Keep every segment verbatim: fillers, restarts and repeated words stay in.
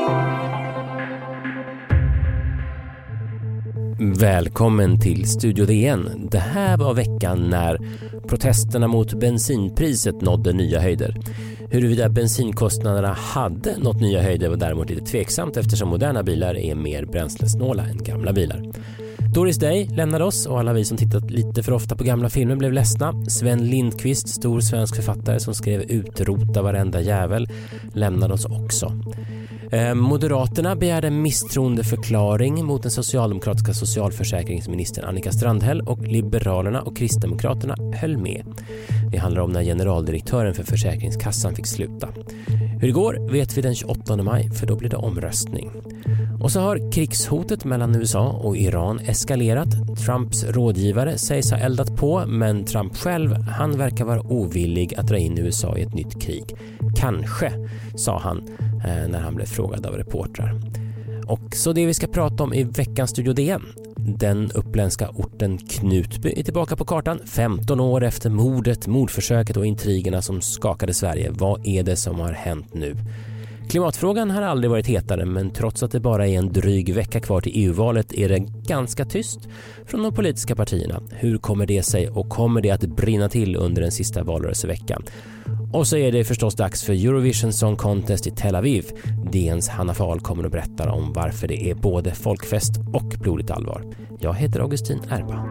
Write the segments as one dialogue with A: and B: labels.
A: Välkommen till Studio D N. Det här var veckan när protesterna mot bensinpriset nådde nya höjder. Huruvida bensinkostnaderna hade nått nya höjder var däremot lite tveksamt eftersom moderna bilar är mer bränslesnåla än gamla bilar. Doris Day lämnade oss och alla vi som tittat lite för ofta på gamla filmer blev ledsna. Sven Lindqvist, stor svensk författare som skrev Utrota varenda jävel, lämnade oss också. Moderaterna begärde misstroendeförklaring mot den socialdemokratiska socialförsäkringsministern Annika Strandhäll och Liberalerna och Kristdemokraterna höll med. Det handlar om när generaldirektören för Försäkringskassan fick sluta. Hur det går vet vi den tjugoåttonde maj, för då blir det omröstning. Och så har krigshotet mellan U S A och Iran eskalerat. Trumps rådgivare sägs ha eldat på, men Trump själv, han verkar vara ovillig att dra in U S A i ett nytt krig. Kanske, sa han eh, när han blev frågad av reportrar. Och så det vi ska prata om i veckans Studio D N. Den uppländska orten Knutby är tillbaka på kartan femton år efter mordet, mordförsöket och intrigerna som skakade Sverige. Vad är det som har hänt nu? Klimatfrågan har aldrig varit hetare, men trots att det bara är en dryg vecka kvar till E U-valet är det ganska tyst från de politiska partierna. Hur kommer det sig och kommer det att brinna till under den sista valrörelseveckan? Och så är det förstås dags för Eurovision Song Contest i Tel Aviv. D N:s Hanna Fahl kommer att berätta om varför det är både folkfest och blodigt allvar. Jag heter Augustin Erba.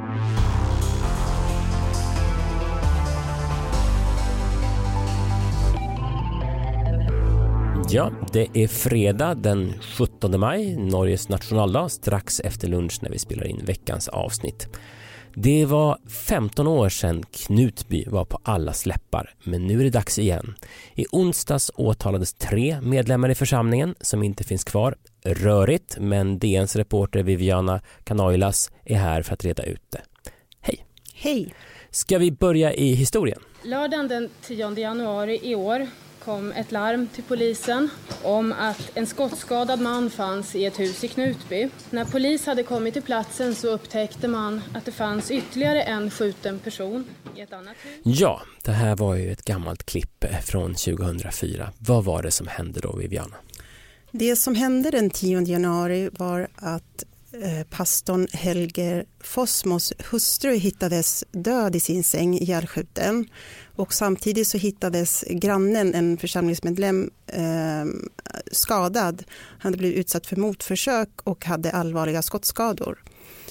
A: Ja, det är fredag den sjuttonde maj, Norges nationaldag, strax efter lunch när vi spelar in veckans avsnitt. Det var femton år sedan Knutby var på alla släppar, men nu är det dags igen. I onsdags åtalades tre medlemmar i församlingen som inte finns kvar. Rörigt, men D N:s reporter Viviana Kanoilas är här för att reda ut det. Hej!
B: Hej!
A: Ska vi börja i historien?
C: Lördagen den tionde januari i år kom ett larm till polisen om att en skottskadad man fanns i ett hus i Knutby. När polis hade kommit till platsen så upptäckte man att det fanns ytterligare en skjuten person i ett annat hus.
A: Ja, det här var ju ett gammalt klipp från tjugohundrafyra. Vad var det som hände då, Viviana?
B: Det som hände den tionde januari var att eh, pastorn Helge Fossmos hustru hittades död i sin säng, ihjälskjuten. Och samtidigt så hittades grannen, en församlingsmedlem, eh, skadad. Han hade blivit utsatt för mordförsök och hade allvarliga skottskador.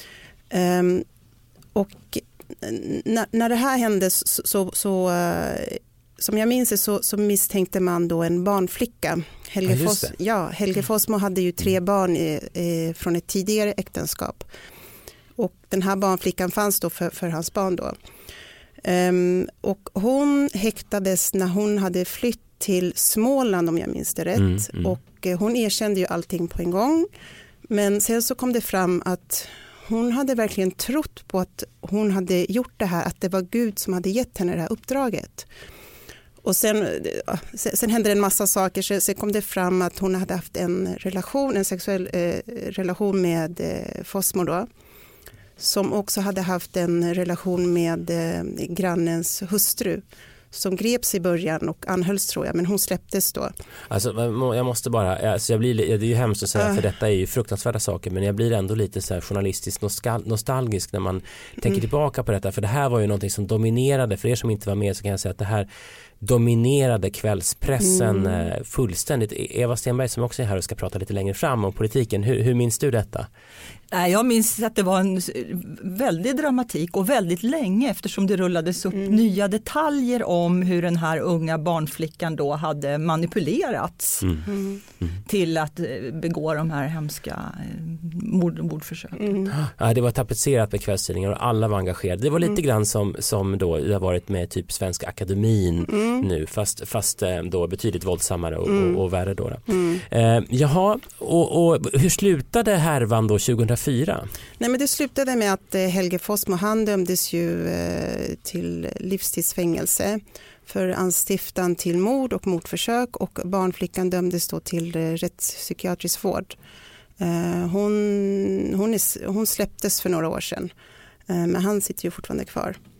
B: Eh, och när, när det här hände så, så, så eh, som jag minns det så, så misstänkte man då en barnflicka. Helge,
A: ja,
B: Foss, ja, Helge Fossmo hade ju tre barn i, i, från ett tidigare äktenskap. Och den här barnflickan fanns då för, för hans barn då. Um, och hon häktades när hon hade flytt till Småland, om jag minns det rätt. Mm, mm. Och uh, hon erkände ju allting på en gång. Men sen så kom det fram att hon hade verkligen trott på att hon hade gjort det här, att det var Gud som hade gett henne det här uppdraget. Och sen, sen, sen hände det en massa saker. Så, sen kom det fram att hon hade haft en relation, en sexuell eh, relation med eh, Fossmo då. Som också hade haft en relation med eh, grannens hustru. Som greps i början och anhölls, tror jag, men hon släpptes då.
A: Alltså jag måste bara, alltså jag blir, det är ju hemskt att säga uh. för detta är ju fruktansvärda saker, men jag blir ändå lite så här journalistiskt nostal- nostalgisk när man mm. tänker tillbaka på detta, för det här var ju någonting som dominerade, för er som inte var med så kan jag säga att det här dominerade kvällspressen mm. fullständigt. Eva Stenberg som också är här och ska prata lite längre fram om politiken, hur, hur minns du detta?
D: Jag minns att det var en väldig dramatik och väldigt länge, eftersom det rullades upp mm. nya detaljer om hur den här unga barnflickan då hade manipulerats mm. Mm. till att begå de här hemska mord, mordförsöken. Mm.
A: Ja, det var tapetserat med kvällstidningar och alla var engagerade. Det var lite mm. grann som, som då det har varit med typ Svenska Akademin mm. nu, fast, fast då betydligt våldsammare och, mm. och, och värre då. då. Mm. Eh, jaha, och, och hur slutade härvan då tjugohundrafyra?
B: Nej, men det slutade med att Helge Fossmo, han dömdes ju eh, till livstidsfängelse för anstiftan till mord och mordförsök, och barnflickan dömdes då till eh, rättspsykiatrisk vård. Eh, hon, hon, är, hon släpptes för några år sedan, eh, men han sitter ju fortfarande kvar.
A: Mm.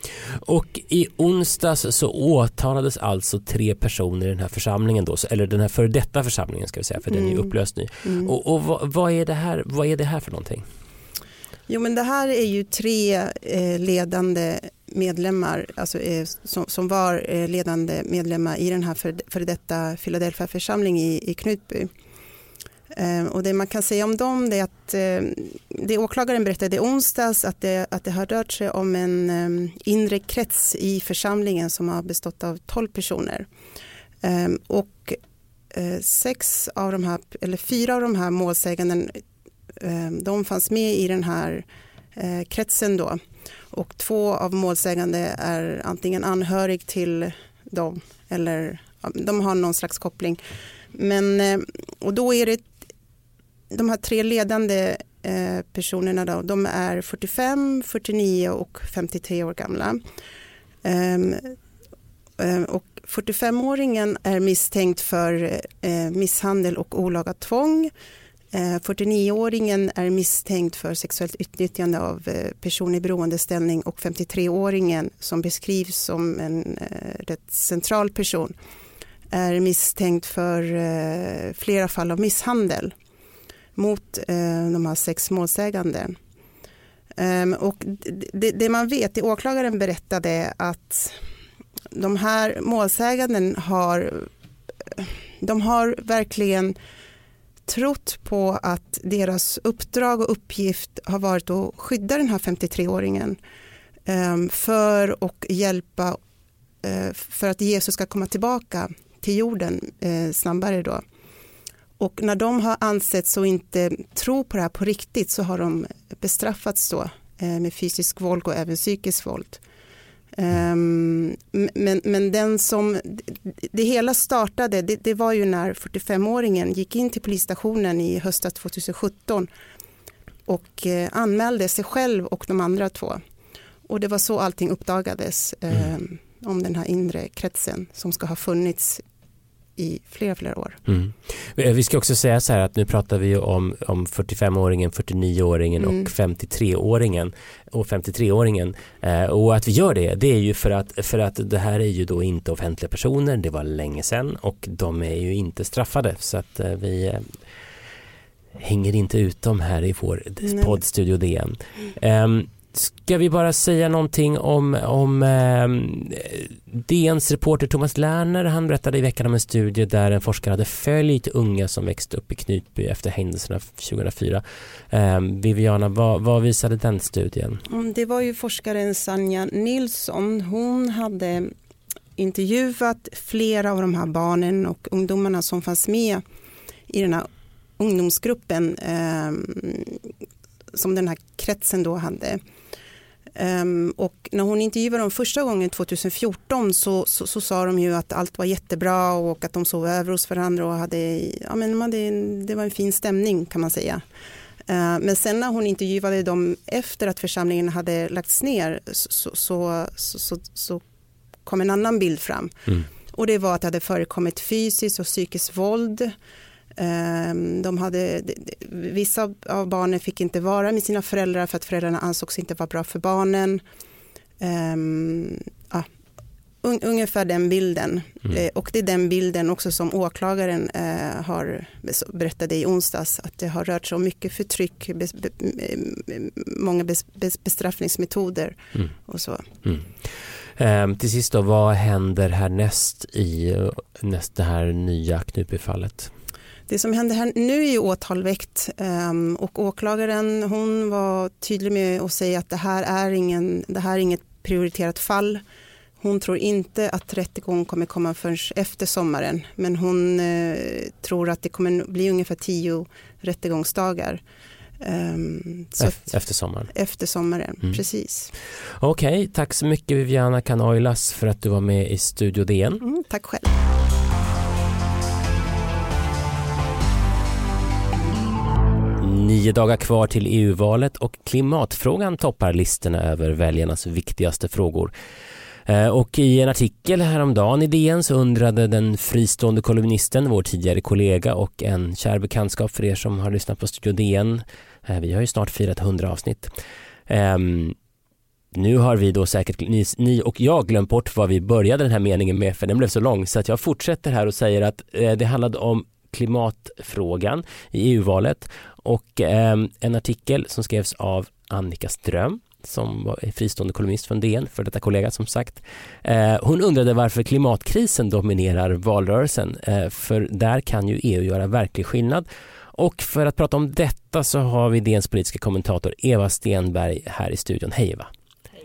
A: Och i onsdags så åtalades alltså tre personer i den här församlingen då, eller den här för detta församlingen ska vi säga, för mm. den är upplöst nu. Mm. Och, och vad, vad, är det här, vad är det här för någonting?
B: Jo, men det här är ju tre eh, ledande medlemmar, alltså, eh, som, som var eh, ledande medlemmar i den här för, för detta Philadelphia församling i, i Knutby. Eh, och det man kan säga om dem är att eh, det åklagaren berättade i onsdags att det, att det har rört sig om en eh, inre krets i församlingen som har bestått av tolv personer. Eh, och eh, sex av de här, eller fyra av de här målsäganden, eh, de fanns med i den här eh, kretsen då. Och två av målsägande är antingen anhörig till dem eller de har någon slags koppling. Men, eh, och då är det de här tre ledande eh, personerna då, de är fyrtiofem, fyrtionio och femtiotre år gamla. Um, um, och fyrtiofemåringen är misstänkt för eh, misshandel och olaga tvång. Eh, fyrtionioåringen är misstänkt för sexuellt utnyttjande av eh, person i beroendeställning och femtiotreåringen som beskrivs som en eh, rätt central person är misstänkt för eh, flera fall av misshandel mot eh, de här sex målsägande. Um, och det, det man vet, det åklagaren berättade att de här målsäganden har, de har verkligen trott på att deras uppdrag och uppgift har varit att skydda den här femtiotreåringen um, för att hjälpa uh, för att Jesus ska komma tillbaka till jorden uh, snabbare då. Och när de har ansett så inte tro på det här på riktigt så har de bestraffats då eh, med fysisk våld och även psykisk våld. Um, men, men den som det, det hela startade, det, det var ju när fyrtiofemåringen gick in till polisstationen i höstas tjugosjutton och eh, anmälde sig själv och de andra två. Och det var så allting uppdagades eh, mm. om den här inre kretsen som ska ha funnits i flera, flera år.
A: Mm. Vi ska också säga så här att nu pratar vi om, om fyrtiofemåringen, fyrtionioåringen mm. och femtiotreåringen och femtiotreåringen. Eh, och att vi gör det, det är ju för att, för att det här är ju då inte offentliga personer, det var länge sedan och de är ju inte straffade så att eh, vi eh, hänger inte ut dem här i vår poddstudio D N. Mm. Eh, Ska vi bara säga någonting om, om eh, D N:s reporter Thomas Lerner. Han berättade i veckan om en studie där en forskare hade följt unga som växte upp i Knutby efter händelserna tjugohundrafyra. Eh, Viviana, vad, vad visade den studien?
B: Det var ju forskaren Sanja Nilsson. Hon hade intervjuat flera av de här barnen och ungdomarna som fanns med i den här ungdomsgruppen eh, som den här kretsen då hade. Um, och när hon intervjuade dem första gången tjugohundrafjorton så, så, så sa de ju att allt var jättebra och att de sov över hos varandra och hade, ja, men de hade, det var en fin stämning kan man säga. Uh, men sen när hon intervjuade dem efter att församlingen hade lagts ner så, så, så, så, så kom en annan bild fram. Mm. Och det var att det hade förekommit fysiskt och psykiskt våld. De hade, vissa av barnen fick inte vara med sina föräldrar för att föräldrarna ansågs inte vara bra för barnen. Um, ja, un, ungefär den bilden. Mm. Och det är den bilden också som åklagaren uh, har berättade i onsdags att det har rört sig om mycket förtryck, be, be, många bes, bes, bestraffningsmetoder mm. och så. Mm.
A: Um, till sist då, vad händer härnäst i uh, nästa här nya Knutbyfallet?
B: Det som händer här nu är ju åtalväckt um, och åklagaren hon var tydlig med att säga att det här är, ingen, det här är inget prioriterat fall. Hon tror inte att rättegång kommer komma förrän efter sommaren men hon uh, tror att det kommer bli ungefär tio rättegångsdagar. Um, så
A: efter, efter sommaren?
B: Efter sommaren, mm. precis.
A: Okej, okay, tack så mycket Viviana Kanoilas för att du var med i Studio D N.
B: Mm, tack själv.
A: Nio dagar kvar till E U-valet och klimatfrågan toppar listorna över väljarnas viktigaste frågor. Och i en artikel häromdagen i D N så undrade den fristående kolumnisten, vår tidigare kollega och en kär bekantskap för er som har lyssnat på Studio D N. Vi har ju snart firat hundra avsnitt. Nu har vi då säkert, ni, ni och jag glömt bort vad vi började den här meningen med, för den blev så lång, så att jag fortsätter här och säger att eh, det handlade om klimatfrågan i E U-valet och eh, en artikel som skrevs av Annika Ström som var fristående kolumnist från D N, för detta kollega som sagt. Eh, hon undrade varför klimatkrisen dominerar valrörelsen, eh, för där kan ju E U göra verklig skillnad. Och för att prata om detta så har vi D N:s politiska kommentator Eva Stenberg här i studion. Hej Eva.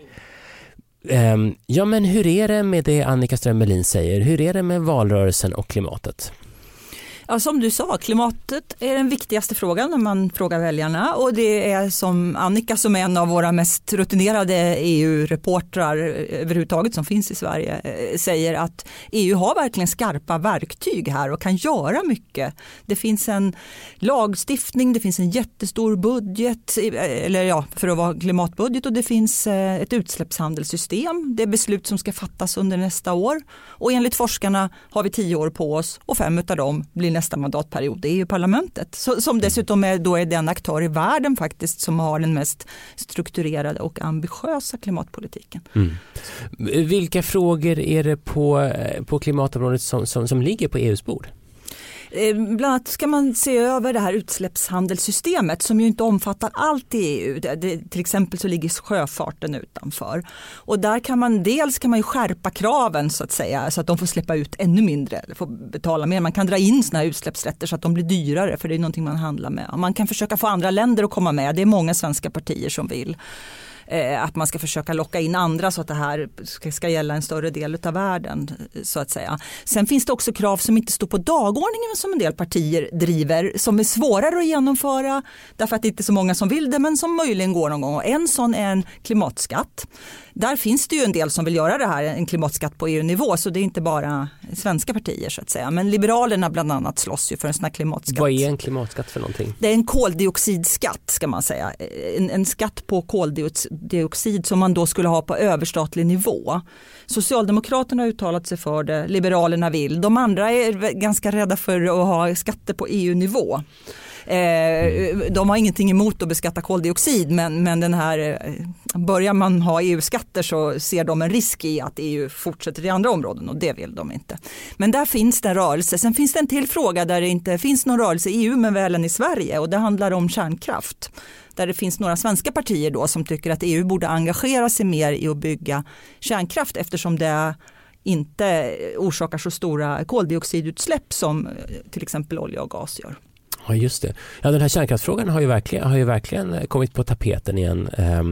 A: Hej. Eh, ja men hur är det med det Annika Ström-Melin säger? Hur är det med valrörelsen och klimatet?
D: Ja, som du sa, klimatet är den viktigaste frågan när man frågar väljarna, och det är som Annika, som är en av våra mest rutinerade E U-reportrar överhuvudtaget som finns i Sverige, säger att E U har verkligen skarpa verktyg här och kan göra mycket. Det finns en lagstiftning, det finns en jättestor budget, eller ja, för att vara klimatbudget, och det finns ett utsläppshandelssystem. Det är beslut som ska fattas under nästa år, och enligt forskarna har vi tio år på oss och fem av dem blir nästa mandatperiod. Det är ju parlamentet, så, som dessutom är, då är den aktör i världen faktiskt som har den mest strukturerade och ambitiösa klimatpolitiken.
A: Mm. Vilka frågor är det på, på klimatområdet som, som, som ligger på E U:s bord?
D: Bland annat ska man se över det här utsläppshandelssystemet som ju inte omfattar allt i E U. Det, det, till exempel så ligger sjöfarten utanför. Och där kan man dels kan man ju skärpa kraven så att säga, så att de får släppa ut ännu mindre eller får betala mer. Man kan dra in såna här utsläppsrätter så att de blir dyrare, för det är någonting man handlar med. Och man kan försöka få andra länder att komma med. Det är många svenska partier som vill. Att man ska försöka locka in andra så att det här ska, ska gälla en större del av världen så att säga. Sen finns det också krav som inte står på dagordningen som en del partier driver, som är svårare att genomföra därför att det inte är så många som vill det, men som möjligen går någon gång. Och en sån är en klimatskatt. Där finns det ju en del som vill göra det här, en klimatskatt på E U-nivå, så det är inte bara svenska partier så att säga. Men Liberalerna bland annat slåss ju för en sån här klimatskatt.
A: Vad är en klimatskatt för någonting?
D: Det är en koldioxidskatt ska man säga. En, en skatt på koldioxid som man då skulle ha på överstatlig nivå. Socialdemokraterna har uttalat sig för det, Liberalerna vill. De andra är ganska rädda för att ha skatter på E U-nivå. De har ingenting emot att beskatta koldioxid, men, men den här, börjar man ha E U-skatter så ser de en risk i att E U fortsätter i andra områden, och det vill de inte. Men där finns det en rörelse. Sen finns det en till fråga där det inte finns någon rörelse i E U men väl än i Sverige, och det handlar om kärnkraft. Där det finns några svenska partier då som tycker att E U borde engagera sig mer i att bygga kärnkraft, eftersom det inte orsakar så stora koldioxidutsläpp som till exempel olja och gas gör.
A: Ja, just det. Ja, den här kärnkraftsfrågan har ju verkligen, har ju verkligen kommit på tapeten igen.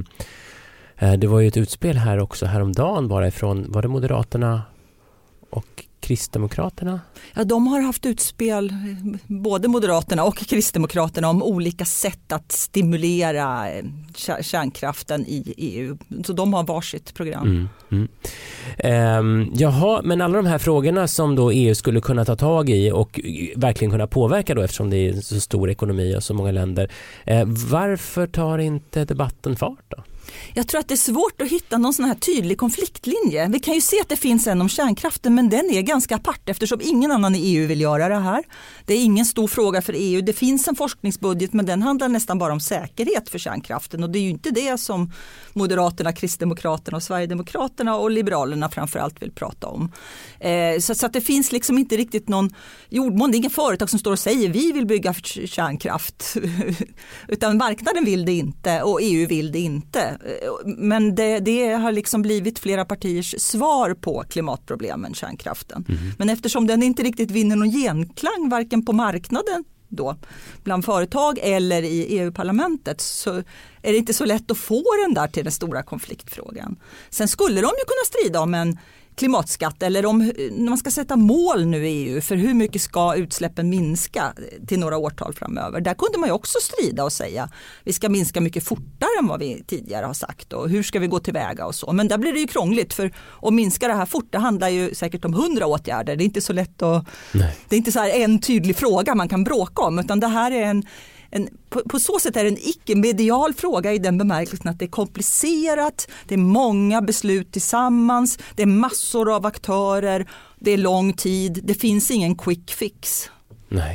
A: Det var ju ett utspel här också häromdagen bara ifrån, var det Moderaterna och Kristdemokraterna?
D: Ja, de har haft utspel, både Moderaterna och Kristdemokraterna, om olika sätt att stimulera kärnkraften i E U. Så de har varsitt program.
A: Mm, mm. Um, jaha, men alla de här frågorna som då E U skulle kunna ta tag i och verkligen kunna påverka då, eftersom det är så stor ekonomi och så många länder. Uh, varför tar inte debatten fart då?
D: Jag tror att det är svårt att hitta någon sån här tydlig konfliktlinje. Vi kan ju se att det finns en om kärnkraften, men den är ganska apart eftersom ingen annan i E U vill göra det här. Det är ingen stor fråga för E U. Det finns en forskningsbudget, men den handlar nästan bara om säkerhet för kärnkraften, och det är ju inte det som Moderaterna, Kristdemokraterna och Sverigedemokraterna och Liberalerna framförallt vill prata om. Eh, så, så att det finns liksom inte riktigt någon jordmån, det är inga företag som står och säger vi vill bygga kärnkraft utan marknaden vill det inte och E U vill det inte. Men det, det har liksom blivit flera partiers svar på klimatproblemen, kärnkraften. Mm. Men eftersom den inte riktigt vinner någon genklang varken på marknaden då, bland företag eller i E U-parlamentet, så är det inte så lätt att få den där till den stora konfliktfrågan. Sen skulle de ju kunna strida om en klimatskatt, eller om när man ska sätta mål nu i E U för hur mycket ska utsläppen minska till några årtal framöver. Där kunde man ju också strida och säga vi ska minska mycket fortare än vad vi tidigare har sagt, och hur ska vi gå tillväga och så. Men där blir det ju krångligt, för att minska det här fort, det handlar ju säkert om hundra åtgärder. Det är inte så lätt att, Nej. det är inte så här en tydlig fråga man kan bråka om, utan det här är en En, på, på så sätt är det en icke-medial fråga i den bemärkelsen att det är komplicerat, det är många beslut tillsammans, det är massor av aktörer, det är lång tid, det finns ingen quick fix.
A: Nej.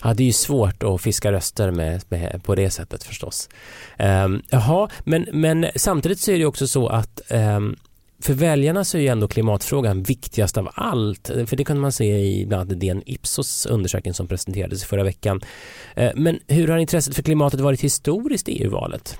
A: Ja, det är ju svårt att fiska röster med, med på det sättet förstås. Um, jaha, men, men samtidigt så är det också så att um, för väljarna så är ju ändå klimatfrågan viktigast av allt. För det kunde man se i bland annat D N Ipsos undersökning som presenterades förra veckan. Uh, men hur har intresset för klimatet varit historiskt i E U-valet?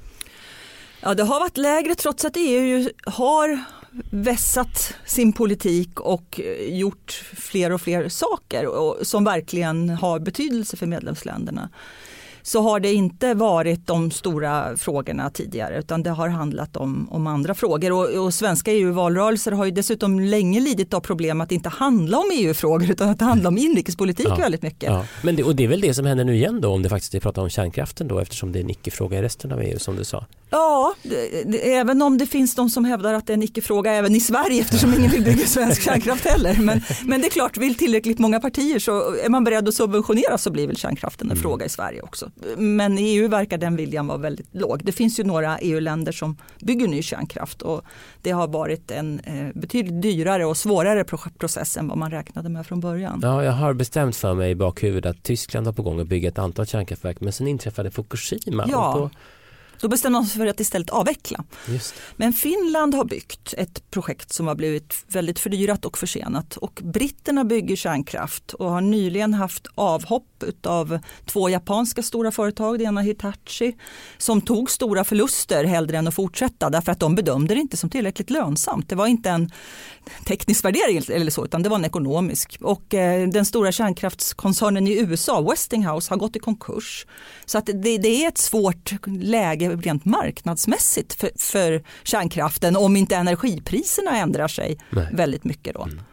D: Ja, det har varit lägre trots att E U har vässat sin politik och gjort fler och fler saker som verkligen har betydelse för medlemsländerna. Så har det inte varit de stora frågorna tidigare, utan det har handlat om, om andra frågor. Och, och svenska E U-valrörelser har ju dessutom länge lidit av problem att inte handla om E U-frågor utan att det handlar om inrikespolitik ja. väldigt mycket.
A: Ja. Men det, och det är väl det som händer nu igen då, om det faktiskt är pratar om kärnkraften då, eftersom det är en icke-fråga i resten av E U som du sa.
D: Ja, det, det, även om det finns de som hävdar att det är en icke-fråga även i Sverige eftersom ingen vill bygga svensk kärnkraft heller. Men, men det är klart, vill tillräckligt många partier så är man beredd att subventionera så blir väl kärnkraften en mm. fråga i Sverige också. Men i E U verkar den viljan vara väldigt låg. Det finns ju några E U-länder som bygger ny kärnkraft och det har varit en eh, betydligt dyrare och svårare process än vad man räknade med från början.
A: Ja, jag har bestämt för mig i bakhuvudet att Tyskland var på gång att bygga ett antal kärnkraftverk, men sen inträffade Fukushima.
D: Ja.
A: Och på
D: Då bestämde man sig för att istället avveckla.
A: Just.
D: Men Finland har byggt ett projekt som har blivit väldigt fördyrat och försenat. Och britterna bygger kärnkraft och har nyligen haft avhopp av två japanska stora företag, det ena Hitachi, som tog stora förluster hellre än att fortsätta därför att de bedömde det inte som tillräckligt lönsamt. Det var inte en teknisk värdering eller så, utan det var en ekonomisk. Och eh, den stora kärnkraftskoncernen i U S A, Westinghouse, har gått i konkurs. Så att det, det är ett svårt läge rent marknadsmässigt för, för kärnkraften om inte energipriserna ändrar sig Nej. väldigt mycket då.
A: Mm.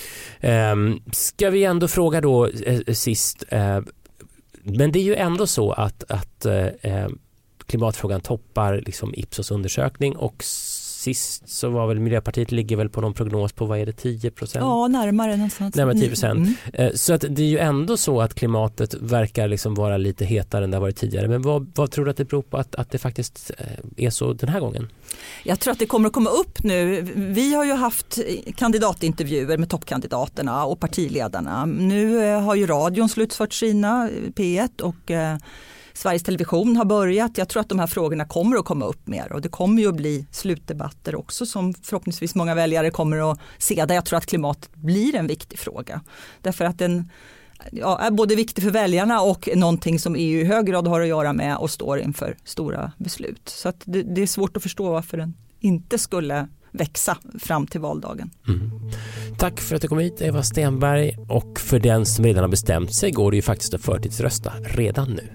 A: Um, ska vi ändå fråga då eh, sist, eh, men det är ju ändå så att, att eh, klimatfrågan toppar liksom Ipsos undersökning och sist så var väl Miljöpartiet ligger väl på någon prognos på vad är det, tio procent?
D: Ja, närmare någonstans.
A: Närmare tio procent. Mm. Så att det är ju ändå så att klimatet verkar liksom vara lite hetare än det har varit tidigare. Men vad, vad tror du att det beror på att, att det faktiskt är så den här gången?
D: Jag tror att det kommer att komma upp nu. Vi har ju haft kandidatintervjuer med toppkandidaterna och partiledarna. Nu har ju radion slutfört sina P ett och Sveriges Television har börjat. Jag tror att de här frågorna kommer att komma upp mer och det kommer ju att bli slutdebatter också som förhoppningsvis många väljare kommer att se där jag tror att klimatet blir en viktig fråga. Därför att den ja, är både viktig för väljarna och någonting som E U i hög grad har att göra med och står inför stora beslut. Så att det, det är svårt att förstå varför den inte skulle växa fram till valdagen.
A: Mm. Tack för att du kom hit, Eva Stenberg, och för den som redan har bestämt sig går det ju faktiskt att förtidsrösta redan nu.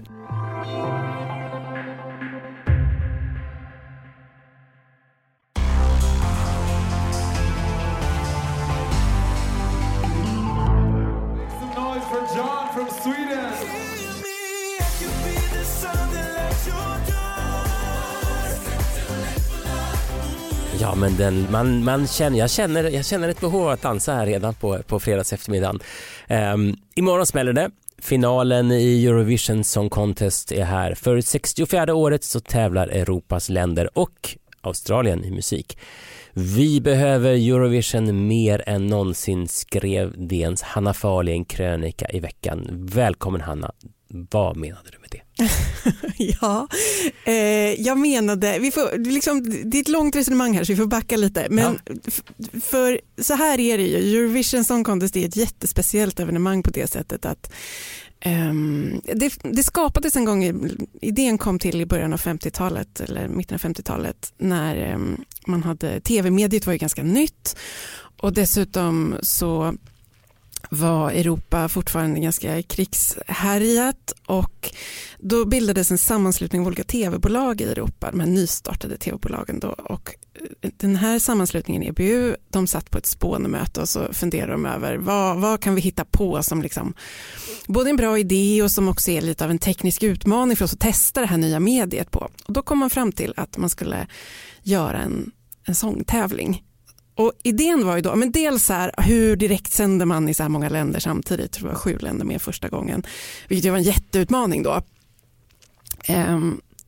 A: Ja, men den, man, man känner, jag, känner, jag känner ett behov av att dansa här redan på, på fredags eftermiddagen. Um, imorgon smäller det. Finalen i Eurovision Song Contest är här. För sextiofjärde året så tävlar Europas länder och Australien i musik. Vi behöver Eurovision mer än någonsin, skrev D N:s Hanna Fahl i en krönika i veckan. Välkommen Hanna. Vad menade du med det?
B: ja, eh, jag menade, vi får, liksom, det är ett långt resonemang här så vi får backa lite. Men ja. f- för så här är det ju, Eurovision Song Contest är ett jättespeciellt evenemang på det sättet att um, det, det skapades en gång, i, idén kom till i början av femtiotalet eller mitten av femtiotalet när um, man hade, tv-mediet var ju ganska nytt och dessutom så var Europa fortfarande ganska krigshärjat och då bildades en sammanslutning av olika tv-bolag i Europa, de här nystartade tv-bolagen då, och den här sammanslutningen E B U, de satt på ett spånemöte och så funderade de över vad, vad kan vi hitta på som liksom både en bra idé och som också är lite av en teknisk utmaning för oss att testa det här nya mediet på. Och då kom man fram till att man skulle göra en, en sångtävling. Och idén var ju då, men dels så här, hur direkt sänder man i så här många länder samtidigt, tror jag sju länder med första gången, vilket var en jätteutmaning då. Um,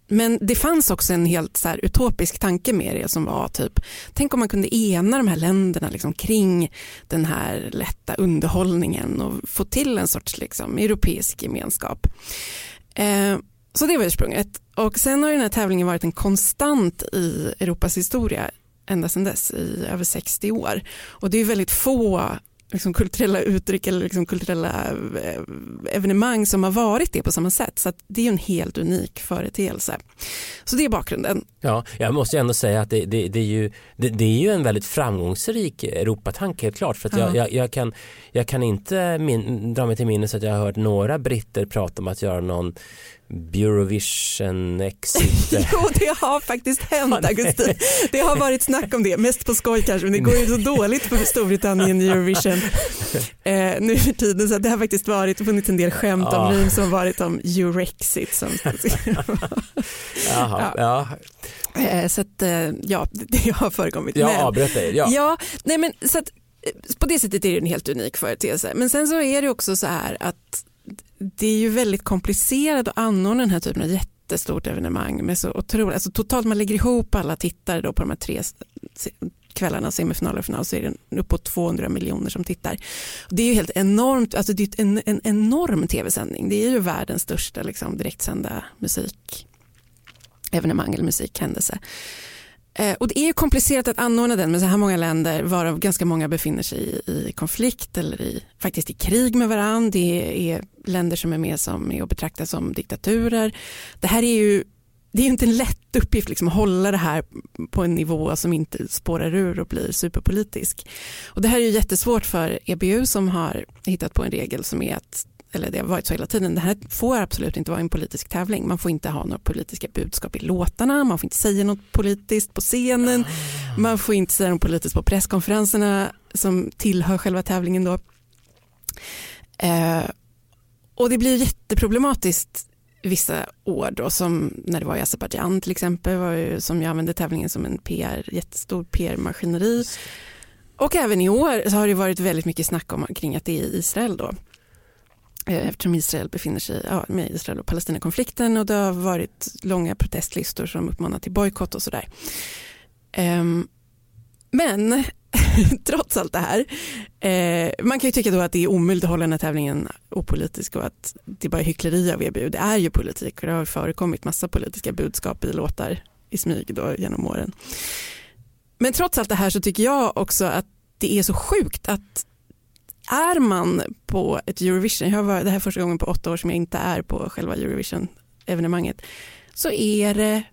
E: Men det fanns också en helt så här utopisk tanke med det som var typ, tänk om man kunde ena de här länderna liksom kring den här lätta underhållningen och få till en sorts liksom europeisk gemenskap. Eh, så det var ursprunget. Och sen har den här tävlingen varit en konstant i Europas historia ända sedan dess i över sextio år. Och det är väldigt få liksom kulturella uttryck eller liksom kulturella evenemang som har varit det på samma sätt. Så att det är en helt unik företeelse. Så det är bakgrunden.
A: Ja, jag måste ändå säga att det, det, det, är, ju, det, det är ju en väldigt framgångsrik Europatanke, helt klart. För att jag, jag, jag, kan, jag kan inte min, dra mig till minnes att jag har hört några britter prata om att göra någon Eurovision exit.
E: Jo, det har faktiskt hänt, Augustin. Det har varit snack om det, mest på skoj kanske, men det går ju så dåligt för Storbritannien i Eurovision eh, nu för tiden, så det har faktiskt varit funnits en del skämt ja. om som varit om Eurexit. Som
A: Jaha, ja.
E: ja. Eh, så att, eh, ja, det har förekommit.
A: Ja, avbröt dig. Ja,
E: ja nej, men så att på det sättet är det en helt unik företeelse. Men sen så är det också så här att det är ju väldigt komplicerat att anordna den här typen av jättestort evenemang med så otroligt, alltså totalt man lägger ihop alla tittare då på de här tre kvällarna, semifinaler och final, så är det uppåt tvåhundra miljoner som tittar. Och det är ju helt enormt, alltså det är en, en enorm tv-sändning. Det är ju världens största liksom direktsända musikevenemang eller musikhändelse. Eh, och det är ju komplicerat att anordna den med så här många länder, varav ganska många befinner sig i, i konflikt eller i, faktiskt i krig med varandra. Det är länder som är med som är att betrakta som diktaturer. Det här är ju, det är ju inte en lätt uppgift liksom, att hålla det här på en nivå som inte spårar ur och blir superpolitisk. Och det här är ju jättesvårt för E B U som har hittat på en regel som är att, eller det har varit så hela tiden, det här får absolut inte vara en politisk tävling. Man får inte ha några politiska budskap i låtarna, man får inte säga något politiskt på scenen, man får inte säga något politiskt på presskonferenserna som tillhör själva tävlingen då. Eh, och det blir jätteproblematiskt vissa år då, som när det var i Azerbaijan till exempel, var ju, som jag använde tävlingen som en P R, jättestor P R-maskineri. Och även i år så har det varit väldigt mycket snack om kring att det är Israel då. Eftersom Israel befinner sig ja, med Israel och Palestina-konflikten, och det har varit långa protestlistor som uppmanar till bojkott och sådär. Um, men trots allt det här, eh, man kan ju tycka då att det är omöjligt att hålla den här tävlingen opolitisk och att det är bara hyckleri av E B U. Det är ju politik och det har förekommit massa politiska budskap i låtar i smyg då genom åren. Men trots allt det här så tycker jag också att det är så sjukt att är man på ett Eurovision, jag var det här första gången på åtta år som jag inte är på själva Eurovision-evenemanget, så är det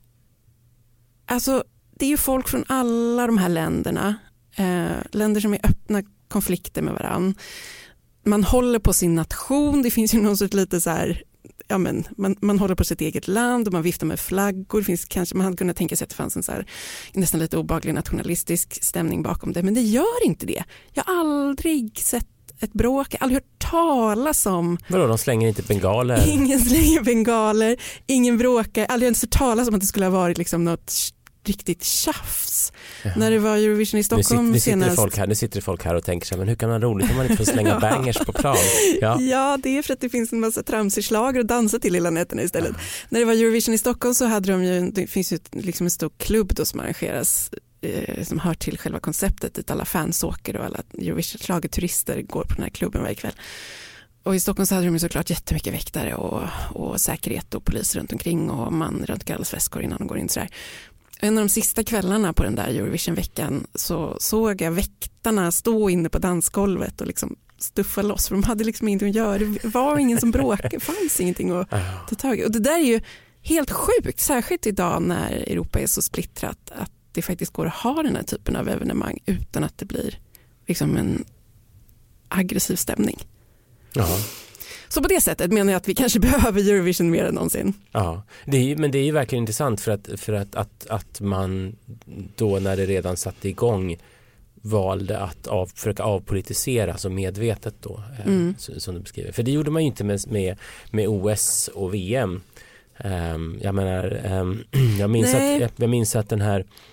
E: alltså det är ju folk från alla de här länderna, eh, länder som är öppna konflikter med varann. Man håller på sin nation, det finns ju någon sorts lite så här, ja men man, man håller på sitt eget land och man viftar med flaggor. Det finns kanske, man hade kunnat tänka sig att det fanns en så här, nästan lite obehaglig nationalistisk stämning bakom det, men det gör inte det. Jag har aldrig sett ett bråk, jag har aldrig hört talas om.
A: Vadå, de slänger inte bengaler?
E: Ingen slänger bengaler, ingen bråkar, aldrig ens hört talas om att det skulle ha varit liksom något riktigt tjafs. Ja. När det var Eurovision i Stockholm
A: nu sitter, nu
E: senast.
A: Sitter folk här, nu sitter folk här och tänker sig, men hur kan man roligt om man inte får slänga bangers på plan? Ja.
E: ja, det är för att det finns en massa tramsig slager att dansa till hela nätterna istället. Ja. När det var Eurovision i Stockholm så hade de ju, det finns ju liksom en stor klubb då som arrangeras eh, som hör till själva konceptet, dit alla fans åker och alla Eurovision-schlagerturister går på den här klubben varje kväll. Och i Stockholm så hade de ju såklart jättemycket väktare och, och säkerhet och polis runt omkring och man röntgar allas väskor innan de går in sådär. En av de sista kvällarna på den där Eurovision-veckan så såg jag väktarna stå inne på dansgolvet och liksom stuffa loss, för de hade liksom ingenting att göra. Det var ingen som bråkade, det fanns ingenting att ta tag i. Och det där är ju helt sjukt, särskilt idag när Europa är så splittrat, att det faktiskt går att ha den här typen av evenemang utan att det blir liksom en aggressiv stämning.
A: Jaha.
E: Så på det sättet menar jag att vi kanske behöver Eurovision mer än någonsin.
A: Ja, det är, men det är ju verkligen intressant för att, för att, att, att man då när det redan satte igång valde att av, försöka avpolitisera så medvetet då, mm. eh, som du beskriver. För det gjorde man ju inte med, med, med O S och V M. Um, jag menar, um, jag, minns att, jag, jag minns att den här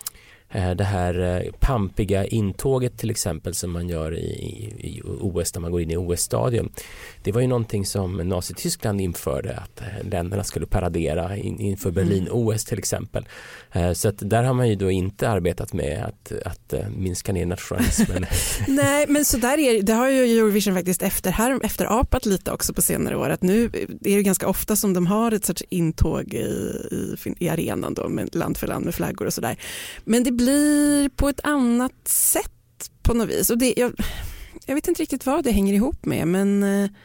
A: det här pampiga intåget till exempel som man gör i, i O S, när man går in i O S-stadion. Det var ju någonting som Nazityskland införde, att länderna skulle paradera in, inför Berlin-O S till exempel. Så att där har man ju då inte arbetat med att, att minska ner nationalismen.
E: Nej, men så där är det, har ju Eurovision faktiskt efter, här, efterapat lite också på senare år, att nu är det ganska ofta som de har ett sorts intåg i, i, i arenan då, med land för land med flaggor och sådär. Men det blir på ett annat sätt på något vis. Och det, jag, jag vet inte riktigt vad det hänger ihop med, men,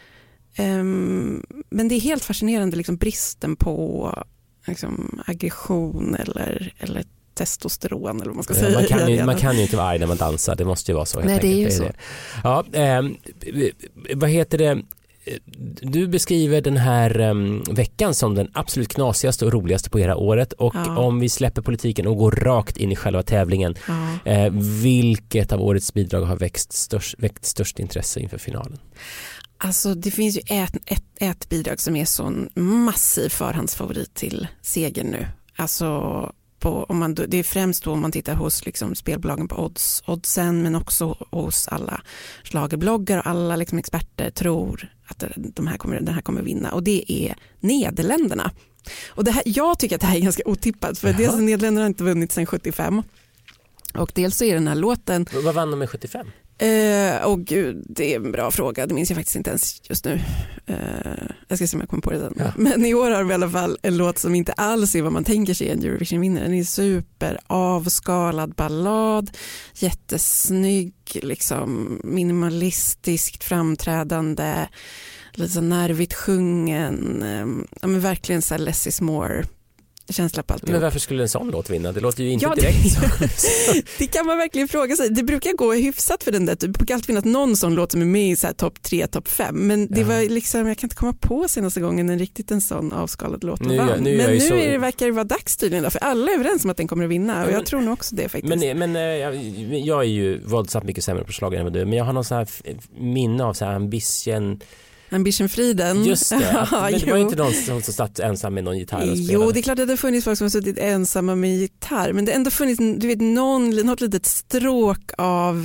E: um, men det är helt fascinerande liksom, bristen på liksom, aggression eller, eller testosteron eller vad man ska
A: ja,
E: säga.
A: Man kan, ju, man kan ju inte vara arg när man dansar, det måste ju vara så.
E: Nej, det är ju så.
A: Det. Ja, eh, vad heter det? Du beskriver den här um, veckan som den absolut knasigaste och roligaste på hela året, och ja. Om vi släpper politiken och går rakt in i själva tävlingen, ja. eh, vilket av årets bidrag har växt störst, väckt störst intresse inför finalen?
E: Alltså det finns ju ett, ett, ett bidrag som är sån massiv förhandsfavorit till seger nu. Alltså på, om man, det är främst då om man tittar hos liksom spelbolagen på odds, oddsen, men också hos alla schlagerbloggar och alla liksom experter tror att de här kommer, den här kommer vinna, och det är Nederländerna. Och det här, jag tycker att det här är ganska otippat, för dels Nederländerna har inte vunnit sedan sjuttiofem, och dels så är den här låten...
A: Vad vann de med sjuttiofem?
E: Uh, och gud, det är en bra fråga. Det minns jag faktiskt inte ens just nu. Uh, jag ska se om jag kommer på det sen. Ja. Men i år har vi i alla fall en låt som inte alls är vad man tänker sig en Eurovision-vinnare. Den är super avskalad ballad, jättesnygg, liksom minimalistiskt framträdande, lite så nervigt sjungen. Um, ja, men verkligen så här less is more känsla på allt.
A: Men varför skulle en sån låt vinna? Det låter ju inte
E: ja,
A: direkt så.
E: Det kan man verkligen fråga sig. Det brukar gå hyfsat för den där. Det brukar alltid finnas någon sån låt som är med i så här topp tre, topp fem. Men det ja. var liksom, jag kan inte komma på senaste gången en riktigt en sån avskalad låt nu, vann. Nu, men nu så... är det, verkar det vara dags tydligen. För alla är överens om att den kommer att vinna. Och men, jag tror nog också det faktiskt.
A: Men, men jag, jag är ju våldsamt mycket sämre på schlager än vad du. Men jag har någon sån här minne av så här ambition...
E: Ambition-friden.
A: Just det, men det var inte någon som, som satt ensam med någon gitarr och spelade.
E: Jo, det är klart att det har funnits folk som har suttit ensamma med gitarr, men det har ändå funnits, du vet, någon, något litet stråk av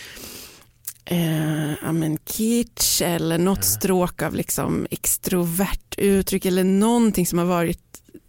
E: eh, ja, men kitsch eller något ja. stråk av liksom extrovert uttryck eller någonting som har varit...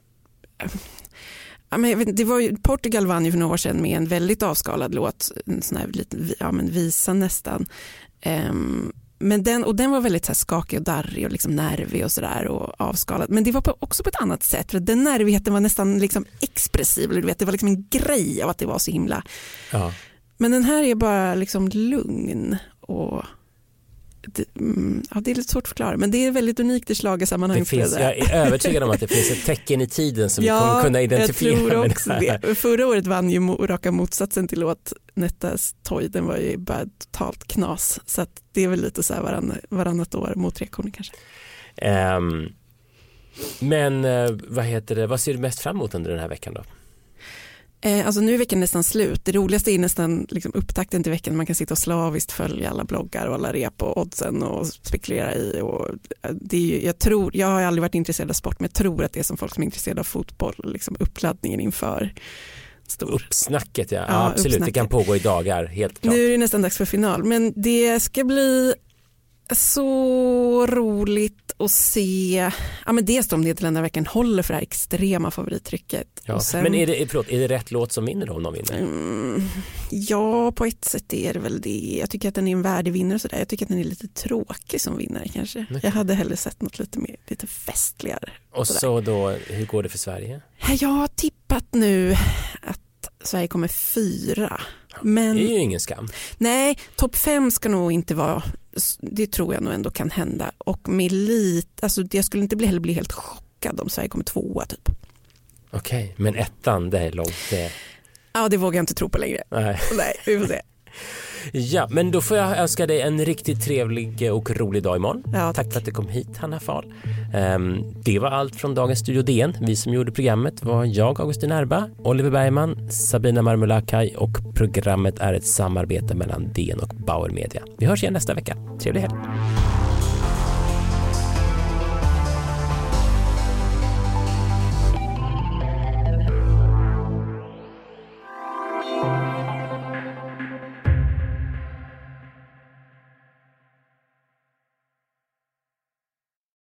E: Ja, men jag vet, det var ju, Portugal vann ju för några år sedan med en väldigt avskalad låt, en sån här liten, ja, men visa nästan. Um, Men den, och den var väldigt så här skakig och darrig och liksom nervig och sådär och avskalad. Men det var på, också på ett annat sätt. För den nervigheten var nästan liksom expressiv. Eller du vet, det var liksom en grej av att det var så himla. Ja. Men den här är bara liksom lugn. Och det, ja, det är lite svårt att förklara. Men det är väldigt unikt i schlagersammanhang.
A: Det finns, jag är övertygad om att det finns ett tecken i tiden som ja, vi kommer kunna identifiera.
E: Jag tror också det. Det. Förra året vann ju raka motsatsen till låt Nettas Toy. Den var ju bara totalt knas. Så att det är väl lite så här varann, varannat år mot reaktioner kanske.
A: Um, men vad heter det? Vad ser du mest fram emot under den här veckan då?
E: Eh, alltså nu är veckan nästan slut. Det roligaste är nästan liksom upptakten till veckan. Man kan sitta och slaviskt följa alla bloggar och alla rep och oddsen och spekulera i. Och det är ju, jag, tror, jag har aldrig varit intresserad av sport, men jag tror att det är som folk som är intresserade av fotboll. Liksom uppladdningen inför stor.
A: Uppsnacket, ja. ja absolut. Uppsnacket. Det kan pågå i dagar, helt klart.
E: Nu är det nästan dags för final. Men det ska bli så roligt att se, ja, men dels om Nederländerna verkligen håller för det här extrema favorittrycket.
A: Ja, sen, men är det, förlåt, är det rätt låt som vinner då om de vinner? Mm,
E: ja, på ett sätt är det väl det. Jag tycker att den är en värdig vinnare och sådär. Jag tycker att den är lite tråkig som vinnare kanske. Nej. Jag hade hellre sett något lite mer, lite festligare.
A: Och så, så då, hur går det för Sverige?
E: Jag har tippat nu att Sverige kommer fyra. Men,
A: det är ju ingen skam.
E: Nej, topp fem ska nog inte vara, det tror jag nog ändå kan hända. Och med lite, alltså jag skulle inte bli, heller bli helt chockad om Sverige kommer tvåa typ.
A: Okej, okay, men ettan, det är långt. Det...
E: Ja, det vågar jag inte tro på längre. Nej, Nej vi får se.
A: Ja, men då får jag önska dig en riktigt trevlig och rolig dag imorgon. Ja, tack. tack för att du kom hit, Hanna Fahl. Um, det var allt från dagens Studio D N. Vi som gjorde programmet var jag, Augustin Erba, Oliver Bergman, Sabina Marmulakai, och programmet är ett samarbete mellan D N och Bauer Media. Vi hörs igen nästa vecka. Trevlig helg.